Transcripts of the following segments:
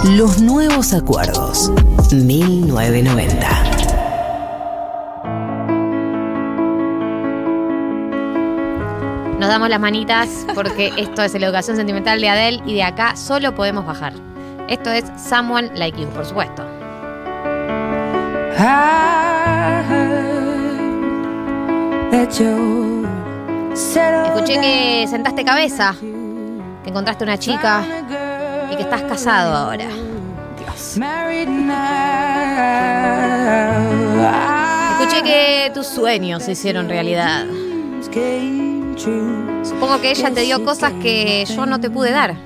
Los nuevos acuerdos. 1990. Nos damos las manitas porque esto es la educación sentimental de Adele y de acá solo podemos bajar. Esto es Someone Like You, por supuesto. Escuché que sentaste cabeza, que encontraste una chica y que estás casado ahora. Dios. Escuché que tus sueños se hicieron realidad. Supongo que ella te dio cosas que yo no te pude dar.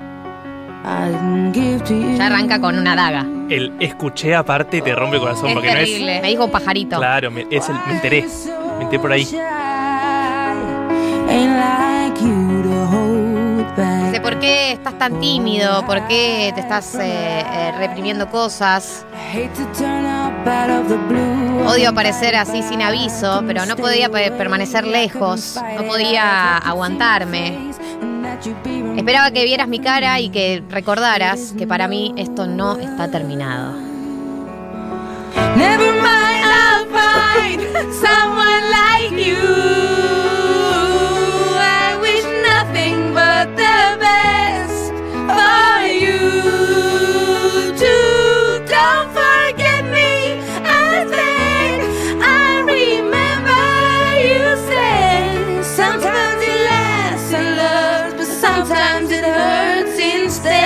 Ya arranca con una daga. El escuché aparte te rompe el corazón. Es porque terrible. No es... Me dijo un pajarito. Claro, me enteré por ahí. Dice, ¿por qué estás tan tímido? ¿Por qué te estás reprimiendo cosas? Odio aparecer así sin aviso, pero no podía permanecer lejos. No podía aguantarme. Esperaba que vieras mi cara y que recordaras que para mí esto no está terminado. Never mind, I'll find someone like you. I wish nothing but the best for you too. Don't forget me. I think I remember you said sometimes it lasts and loves, but sometimes it hurts instead.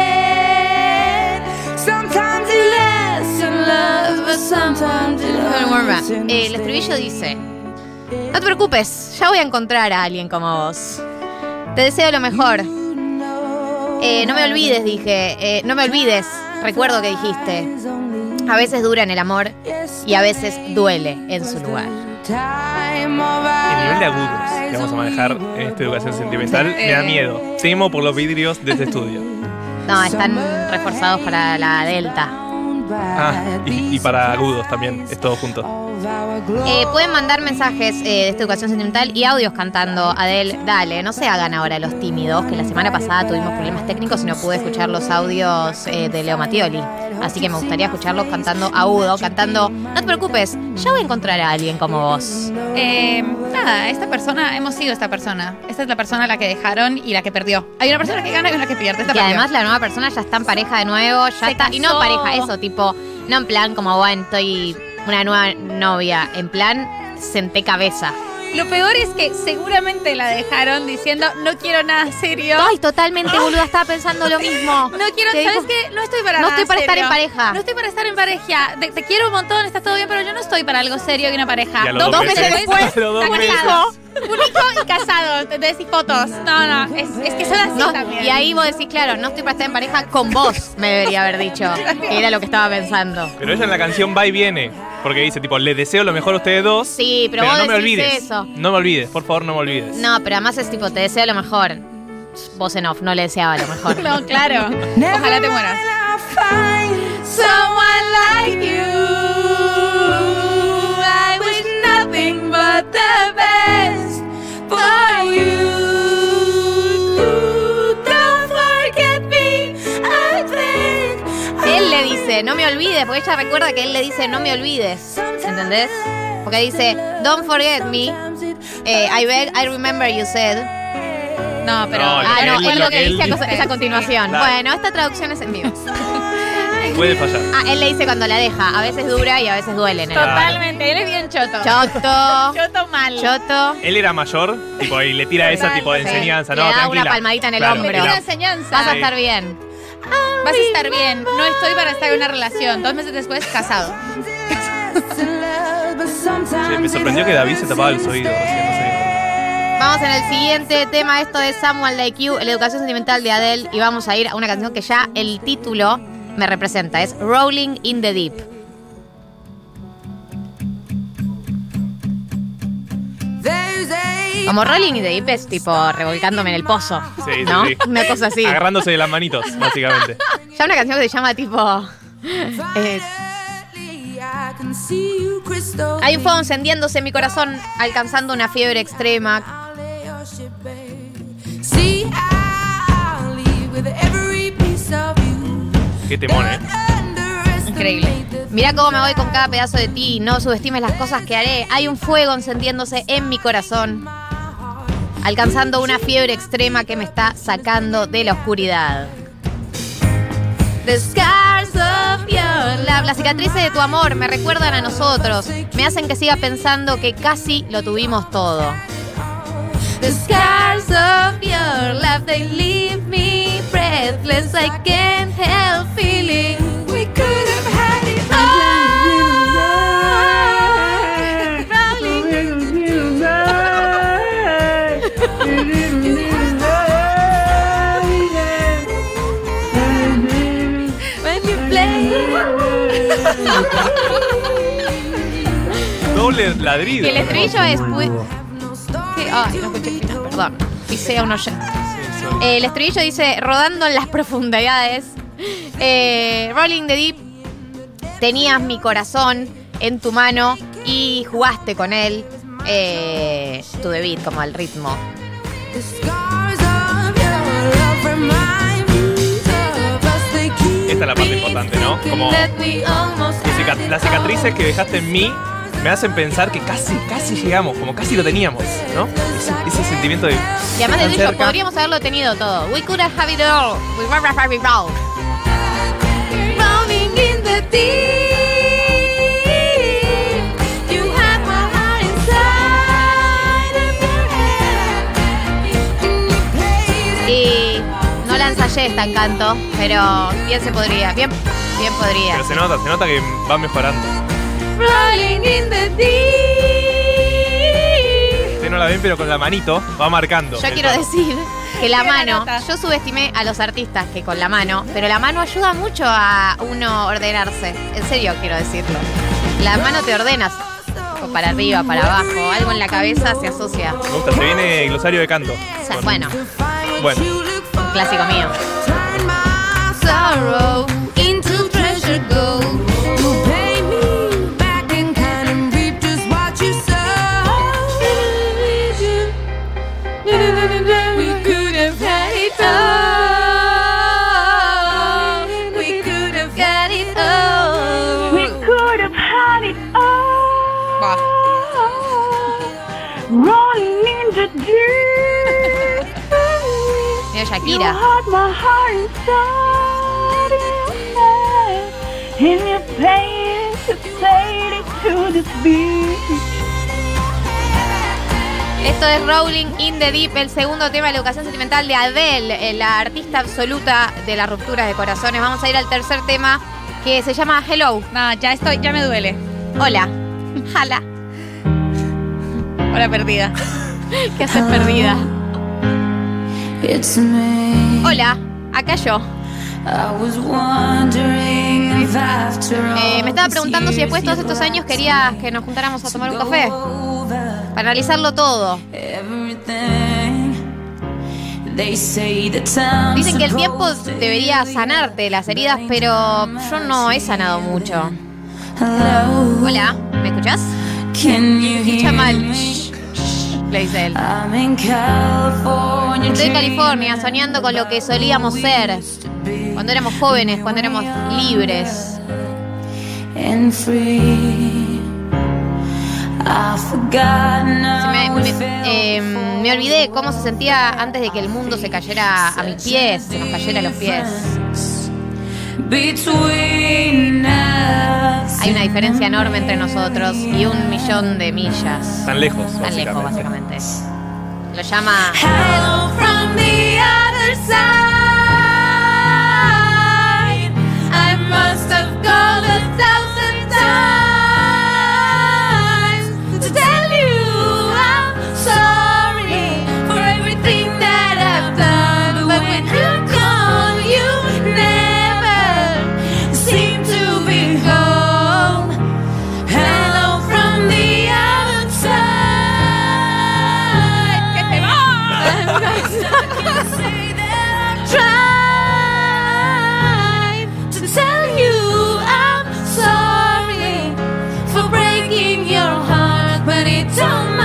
Sometimes it lasts and loves, but sometimes it hurts instead. El estribillo dice: no te preocupes, ya voy a encontrar a alguien como vos. Te deseo lo mejor. No me olvides, dije. No me olvides. Recuerdo que dijiste. A veces dura en el amor y a veces duele en su lugar. El nivel de agudos que vamos a manejar en esta educación sentimental me da miedo. Temo por los vidrios de este estudio. No, están reforzados para la delta. Y para agudos también, es todo junto. Pueden mandar mensajes de esta educación sentimental y audios cantando Adele, dale, no se hagan ahora los tímidos, que la semana pasada tuvimos problemas técnicos y no pude escuchar los audios de Leo Mattioli. Así que me gustaría escucharlos cantando agudo, cantando, no te preocupes, ya voy a encontrar a alguien como vos. Nada, esta persona, hemos sido esta persona. Esta es la persona a la que dejaron y la que perdió. Hay una persona que gana y una que pierde. Y además la nueva persona ya está en pareja de nuevo, ya está, y no pareja, eso, tipo, no en plan como, bueno, estoy una nueva novia, en plan, senté cabeza. Lo peor es que seguramente la dejaron diciendo, no quiero nada serio. Ay, totalmente, boluda, estaba pensando lo mismo. No quiero, ¿sabes qué? No estoy para nada estar serio. En pareja. No estoy para estar en pareja. Te quiero un montón, está todo bien, pero yo no estoy para algo serio y una pareja. Dos meses después, un hijo y casado, ¿entendés? Y fotos. No, es que son así también. Y ahí vos decís, claro, no estoy para estar en pareja con vos, me debería haber dicho, que era lo que estaba pensando. Pero ella en la canción va y viene, porque dice, tipo, les deseo lo mejor a ustedes dos. Sí, pero vos no me decís olvides. eso. No me olvides, por favor, no me olvides. No, pero además es tipo, te deseo lo mejor. Vos en off, no le deseaba lo mejor. No, claro. Ojalá te mueras. Someone like you. I wish nothing but the best for you. Don't forget me. I think Él le dice, no me olvides, porque ella recuerda que él le dice, no me olvides. ¿Entendés? Porque dice, don't forget me. I remember you said. No, pero... No, es lo que dice él a continuación. Claro. Bueno, esta traducción es en vivo. Puede fallar. Él le dice cuando la deja, a veces dura y a veces duele. Totalmente, él es bien choto. Choto mal. Choto. Él era mayor, tipo, y le tira esa tipo de enseñanza. Le No, da tranquila. una palmadita en el Claro, hombro. Le tira enseñanza. Vas a estar bien. Vas a estar bien. No estoy para estar en una relación. 2 meses después, casado. Sí, me sorprendió que David se tapaba los oídos. Así, no sé. Vamos en el siguiente tema. Esto es Someone Like You, la educación sentimental de Adele. Y vamos a ir a una canción que ya el título me representa. Es Rolling in the Deep. Como Rolling in the Deep es tipo revolcándome en el pozo. Sí, ¿no? sí. Una cosa así. Agarrándose de las manitos, básicamente. Ya una canción que se llama tipo... hay un fuego encendiéndose en mi corazón, alcanzando una fiebre extrema. Qué temón, Increíble. Mirá cómo me voy con cada pedazo de ti. No subestimes las cosas que haré. Hay un fuego encendiéndose en mi corazón, alcanzando una fiebre extrema que me está sacando de la oscuridad. The scars of your love. Las cicatrices de tu amor me recuerdan a nosotros. Me hacen que siga pensando que casi lo tuvimos todo. The scars of your love, they leave me breathless. I can't help feeling we could have had it when you play. Doble ladrido. Y el estribillo es... Ay, no escuché el final, perdón. Dice a un oyente. El estribillo dice, rodando en las profundidades, Rolling the Deep, tenías mi corazón en tu mano y jugaste con él, to the beat, como al ritmo. Esta es la parte importante, ¿no? Como las cicatrices que dejaste en mí me hacen pensar que casi llegamos, como casi lo teníamos, ¿no? Ese sentimiento de... Y además de ello, podríamos haberlo tenido todo. We could have it all. We were very wrong. Rolling in the deep. You have my heart inside of your head. Y no la ensayé esta en canto, pero bien se podría, bien podría. Pero se nota que va mejorando. Rolling in the deep. Usted no la ven, pero con la manito va marcando. Yo quiero decir que la mano, yo subestimé a los artistas que con la mano, pero la mano ayuda mucho a uno ordenarse. En serio quiero decirlo. La mano te ordenas. O para arriba, para abajo, algo en la cabeza se asocia. Me gusta, se viene glosario de canto. O sea, bueno, un clásico mío. Rolling in the deep. Mira Shakira. You had my heart inside your head, and you're paying to take it to this beat. Esto es Rolling in the Deep, el segundo tema de la educación sentimental de Adele, la artista absoluta de las rupturas de corazones. Vamos a ir al tercer tema, que se llama Hello. No, ya me duele. Hola. Hola. Hola, perdida. ¿Qué haces, perdida? It's me. Hola, acá yo. I was wondering if after all Me estaba preguntando si después de todos estos años querías que nos juntáramos a tomar un café para analizarlo todo. Dicen que el tiempo debería sanarte las heridas, pero yo no he sanado mucho. Hola, ¿me escuchás? Escucha mal. Le dice él. Estoy en California soñando con lo que solíamos ser cuando éramos jóvenes, cuando éramos libres. Me olvidé cómo se sentía antes de que el mundo se cayera a mis pies, se nos cayera a los pies. Hay una diferencia enorme entre nosotros y 1.000.000 de millas. Tan lejos, Tan lejos, básicamente. Lo llama Hello from the other side. I must have called 1,000 times to tell you I'm sorry for everything that I've done. But when you call, you never seem to be home. Hello from the other side.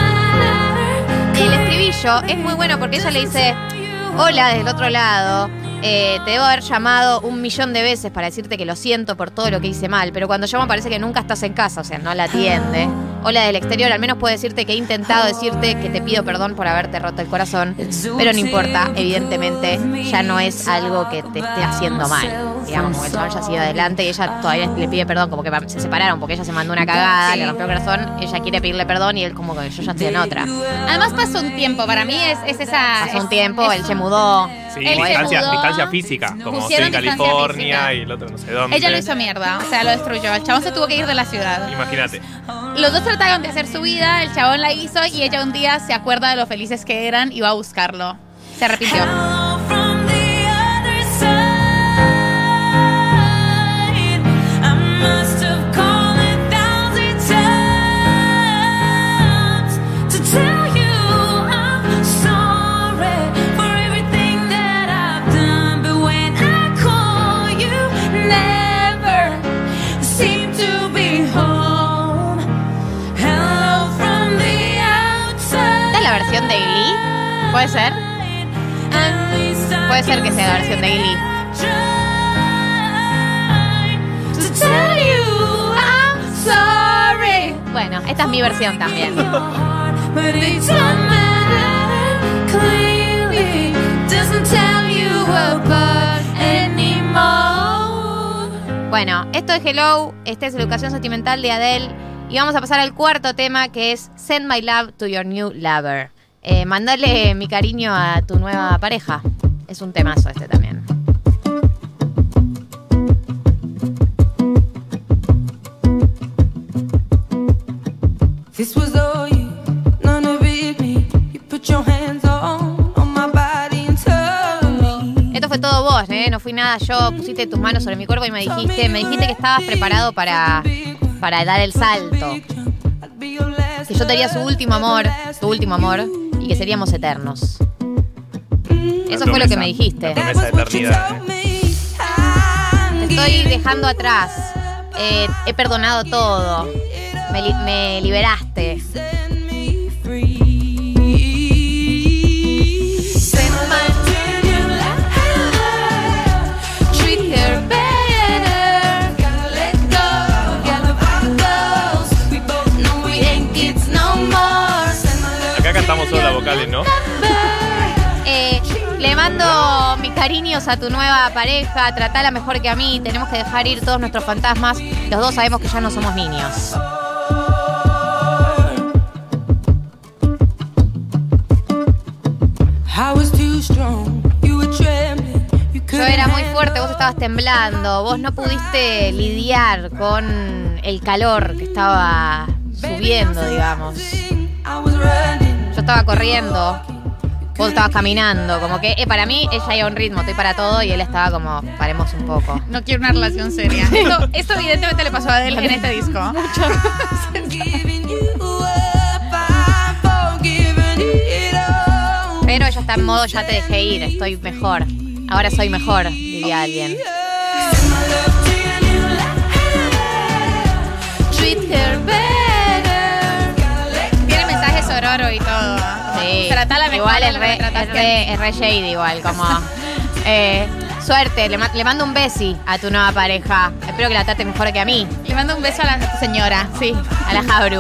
El estribillo es muy bueno porque ella le dice hola desde el otro lado Te debo haber llamado 1.000.000 de veces para decirte que lo siento por todo lo que hice mal, pero cuando llamo parece que nunca estás en casa, o sea, no la atiende. Hola del exterior, al menos puedo decirte que he intentado decirte que te pido perdón por haberte roto el corazón, pero no importa, evidentemente ya no es algo que te esté haciendo mal. Digamos, como el chabón ya sigue adelante y ella todavía le pide perdón, como que se separaron porque ella se mandó una cagada, le rompió el corazón, ella quiere pedirle perdón y él como que yo ya estoy en otra. Además pasó un tiempo, para mí es esa... Pasó un tiempo, él se mudó. Sí, Él se mudó. distancia física, como estoy Pusieron en distancia California física. y el otro no sé dónde. Ella lo hizo mierda, o sea, lo destruyó. El chabón se tuvo que ir de la ciudad. Imagínate. Los dos trataron de hacer su vida, el chabón la hizo y ella un día se acuerda de lo felices que eran y va a buscarlo. Se arrepintió. ¿Esta es la versión de Glee? ¿Puede ser? Puede ser que sea la versión de Glee. Bueno, esta es mi versión también. Bueno, esto es Hello, esta es Educación Sentimental de Adele y vamos a pasar al cuarto tema que es Send My Love to Your New Lover. Mándale mi cariño a tu nueva pareja. Es un temazo este también. This was all you, none of it me. You put your hands on my body and told me. Esto fue todo vos, ¿eh? No fui nada yo. Pusiste tus manos sobre mi cuerpo y me dijiste que estabas preparado para dar el salto. Que yo sería tu último amor, y que seríamos eternos. Eso fue lo que me dijiste. La promesa de eternidad. Te estoy dejando atrás. He perdonado todo. Me liberaste. Acá cantamos solo las vocales, ¿no? Le mando mis cariños a tu nueva pareja. Tratala mejor que a mí. Tenemos que dejar ir todos nuestros fantasmas. Los dos sabemos que ya no somos niños. Yo era muy fuerte, vos estabas temblando, vos no pudiste lidiar con el calor que estaba subiendo, digamos. Yo estaba corriendo, vos estabas caminando, como que para mí ella iba a un ritmo, estoy para todo y él estaba como, paremos un poco. No quiero una relación seria. Esto evidentemente le pasó a Adele en este disco. Pero ella está en modo, ya te dejé ir, estoy mejor. Ahora soy mejor, diría alguien. Tiene mensajes sororo y todo. Sí. Tratala mejor. Igual de es lo que me trataste. re shady, igual, como... suerte, le mando un besi a tu nueva pareja. Espero que la trate mejor que a mí. Le mando un beso a la señora. Sí, a la Jabru.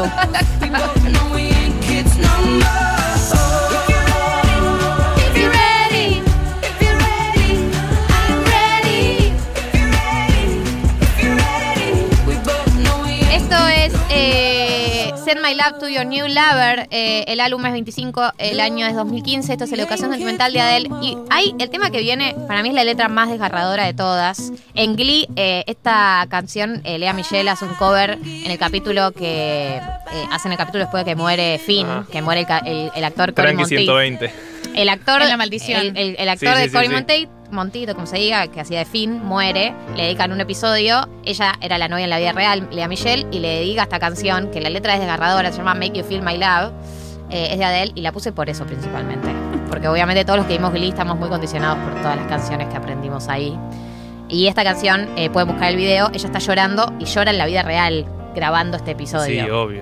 Esto es Send My Love to Your New Lover. El álbum es 25, el año es 2015. Esto es la Educación Sentimental de Adele. Y el tema que viene, para mí es la letra más desgarradora de todas. En Glee, esta canción, Lea Michele hace un cover en el capítulo que hacen el capítulo después de que muere Finn, que muere el actor Cory Tranqui Monteith. 120. El actor, En La Maldición. el actor Sí, de sí, Cory sí. Montito, como se diga, que hacía de Finn, muere, le dedican un episodio, ella era la novia en la vida real, Lea Michele, y le dedica esta canción, que la letra es desgarradora, se llama Make You Feel My Love, es de Adele, y la puse por eso principalmente, porque obviamente todos los que vimos Glee estamos muy condicionados por todas las canciones que aprendimos ahí, y esta canción, pueden buscar el video, ella está llorando, y llora en la vida real, grabando este episodio. Sí, obvio.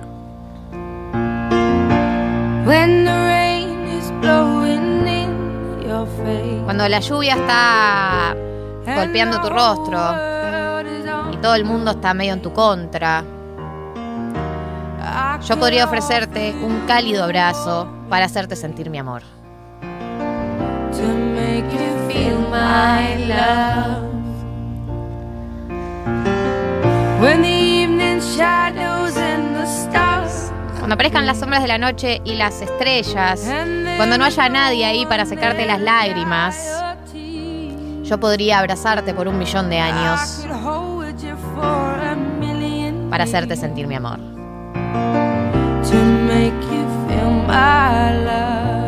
When the rain is blowing in your face. Cuando la lluvia está golpeando tu rostro y todo el mundo está medio en tu contra, yo podría ofrecerte un cálido abrazo para hacerte sentir mi amor. To make you feel my love. When the evening shadows and the stars. Cuando aparezcan las sombras de la noche y las estrellas, cuando no haya nadie ahí para secarte las lágrimas, yo podría abrazarte por 1.000.000 de años para hacerte sentir mi amor. To make you feel my love.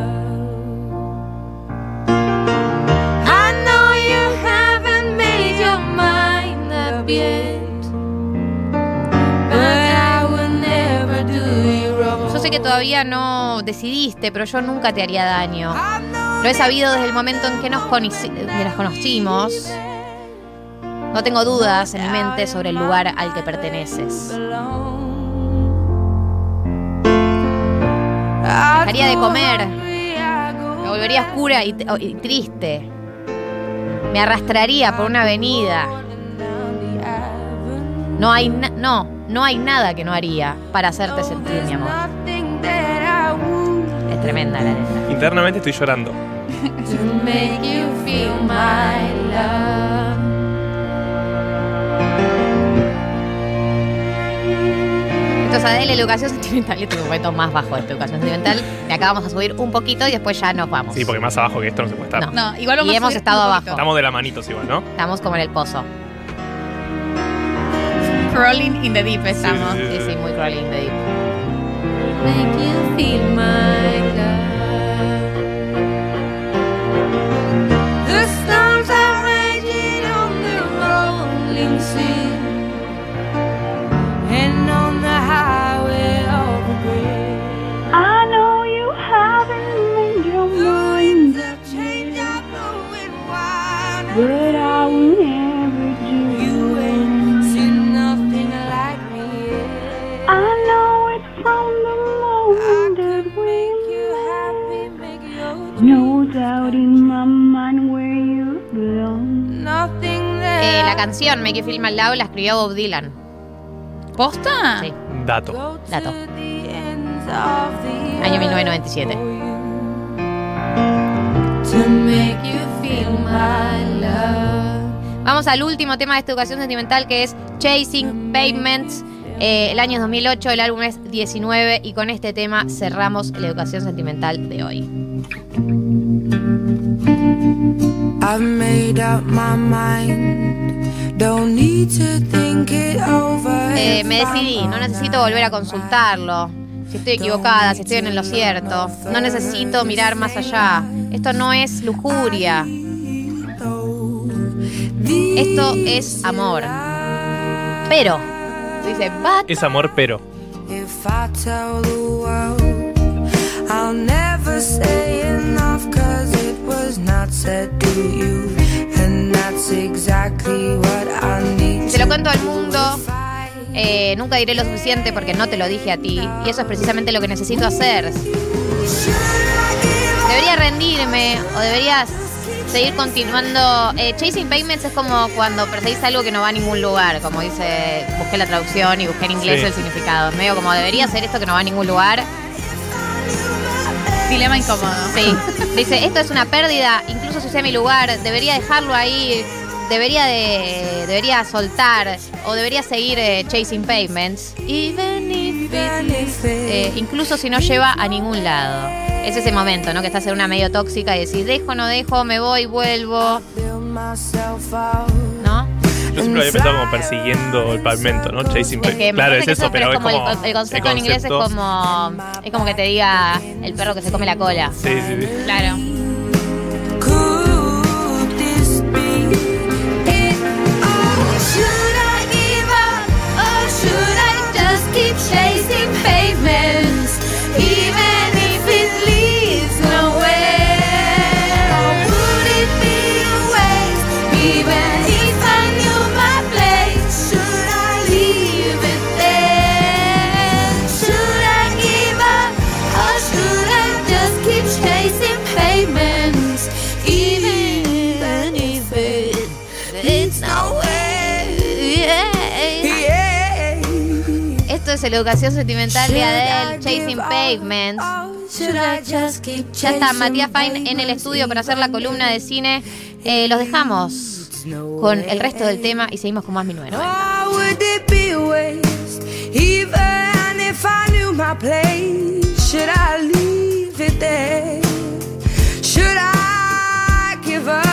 I know you haven't made your mind up yet, but I will never do you wrong. Yo sé que todavía no decidiste, pero yo nunca te haría daño. Lo he sabido desde el momento en que nos conocimos. No tengo dudas en mi mente sobre el lugar al que perteneces. Dejaría de comer, me volvería oscura y triste. Me arrastraría por una avenida. No hay nada que no haría para hacerte sentir mi amor. Es tremenda la letra. Internamente estoy llorando. To make you feel my love. Esto es Adele, Educación Sentimental. Este es un momento más bajo de esta Educación Sentimental. Y acá vamos a subir un poquito y después ya nos vamos. Sí, porque más abajo que esto no se puede estar. No. No, igual vamos Y a hemos subir estado un abajo. poquito. Estamos de la manitos igual, ¿no? Estamos como en el pozo. Crawling in the deep estamos. Sí, Sí, muy crawling in the deep. Make you feel my love. The storms are raging on the rolling sea, and on the highway of regret. I know you haven't made your mind The change I know it wild. but I will never do. You ain't seen nothing like me yet. I know it from the I moment that could we make you happy, make your no doubt in my mind where you belong. nothing that La canción Make You Feel My Love la escribió Bob Dylan. ¿Posta? Sí. Dato. go to Dato. the ends of the Año earth 1997. for you. To make you feel my love. Vamos al último tema de esta Educación Sentimental, que es Chasing Pavements. El año es 2008, el álbum es 19 y con este tema cerramos la Educación Sentimental de hoy. I've made up my mind. Don't need to think it over. Me decidí, no necesito volver a consultarlo. Si estoy equivocada, si estoy en lo cierto. No necesito mirar más allá. Esto no es lujuria. Esto es amor. Pero, dice, but Es amor, pero. If I tell the world, I'll never say enough, 'cause it was not said to you, and that's exactly what I need. se lo cuento al mundo. Nunca diré lo suficiente porque no te lo dije a ti. Y eso es precisamente lo que necesito hacer. Debería rendirme o deberías seguir continuando. Chasing Pavements es como cuando perseguís algo que no va a ningún lugar. Como dice, busqué la traducción y busqué en inglés Sí. el significado. Medio como debería hacer esto que no va a ningún lugar. Dilema incómodo. Sí. Dice, esto es una pérdida, incluso si sea mi lugar. Debería dejarlo ahí. Debería soltar. O debería seguir chasing pavements. Even if it incluso si no lleva a ningún lado. Es ese momento, ¿no? Que estás en una medio tóxica y decís, dejo, no dejo, me voy, vuelvo. ¿No? Yo siempre había pensado como persiguiendo el pavimento, ¿no? Chasing Es que me Claro, parece es que eso, pero es como. el concepto en inglés es como que te diga el perro que se come la cola. Sí, sí, sí. Claro. Could this be it? Oh, should I give up? Or should I just keep chasing pavements, even if it leads nowhere? Or would it be a waste, even if I knew my place? Should I leave it there? Should I give up? Or should I just keep chasing pavements? Esto es la educación sentimental de Adele, Chasing Pavements. Ya está Matías Fine en el estudio para hacer la columna de cine. Los dejamos con el resto del tema y seguimos con más 1990.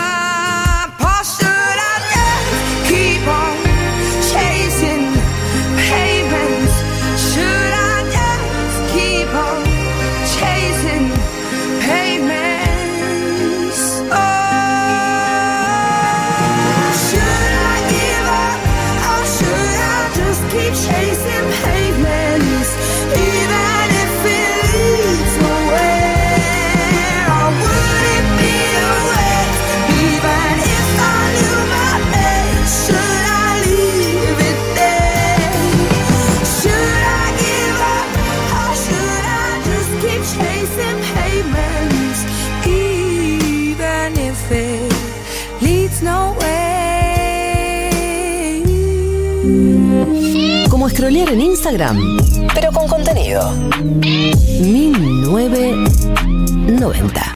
Como scrollear en Instagram, pero con contenido. 1990.